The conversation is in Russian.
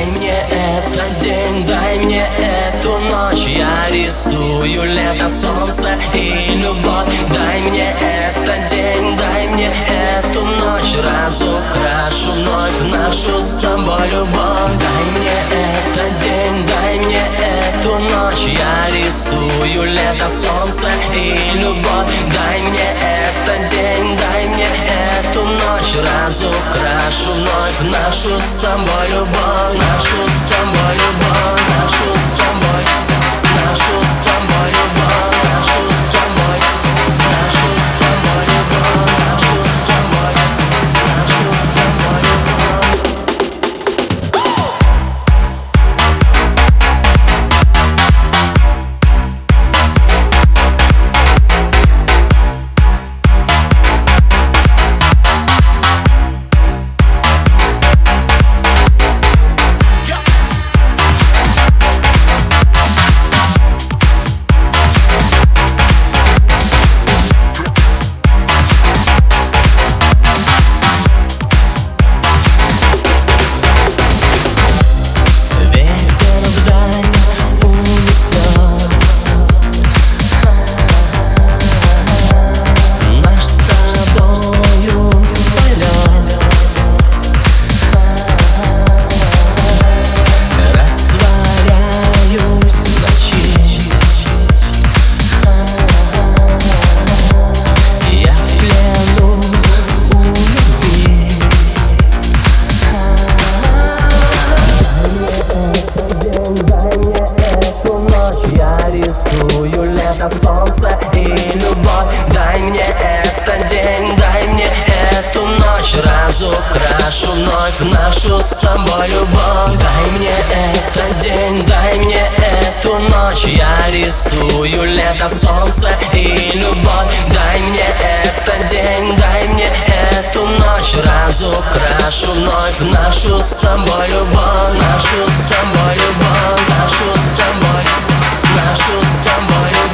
мне этот день, дай мне эту ночь. Я рисую лето, солнце и любовь. Дай мне этот день, дай мне эту ночь. Разукрашу вновь нашу с тобой любовь. Дай мне этот день, дай мне эту ночь. Я рисую лето, солнце и любовь. Дай мне этот день, дай мне эту ночь. Разукрашу вновь нашу с тобой любовь. Нашу с тобой любовь, нашу с тобой, нашу с тобой любовь, нашу с тобой, нашу с тобой любовь, нашу с тобой, нашу с тобой любовь. Рисую лето, солнце и любовь. Дай мне этот день, дай мне эту ночь. Разукрашу вновь нашу с тобой любовь. Дай мне этот день, дай мне эту ночь. Я рисую лето, солнце и любовь. Дай мне этот день, дай мне эту ночь. Разукрашу вновь нашу с тобой любовь. Нашу с тобой любовь, нашу с тобой, нашу с тобой любовь.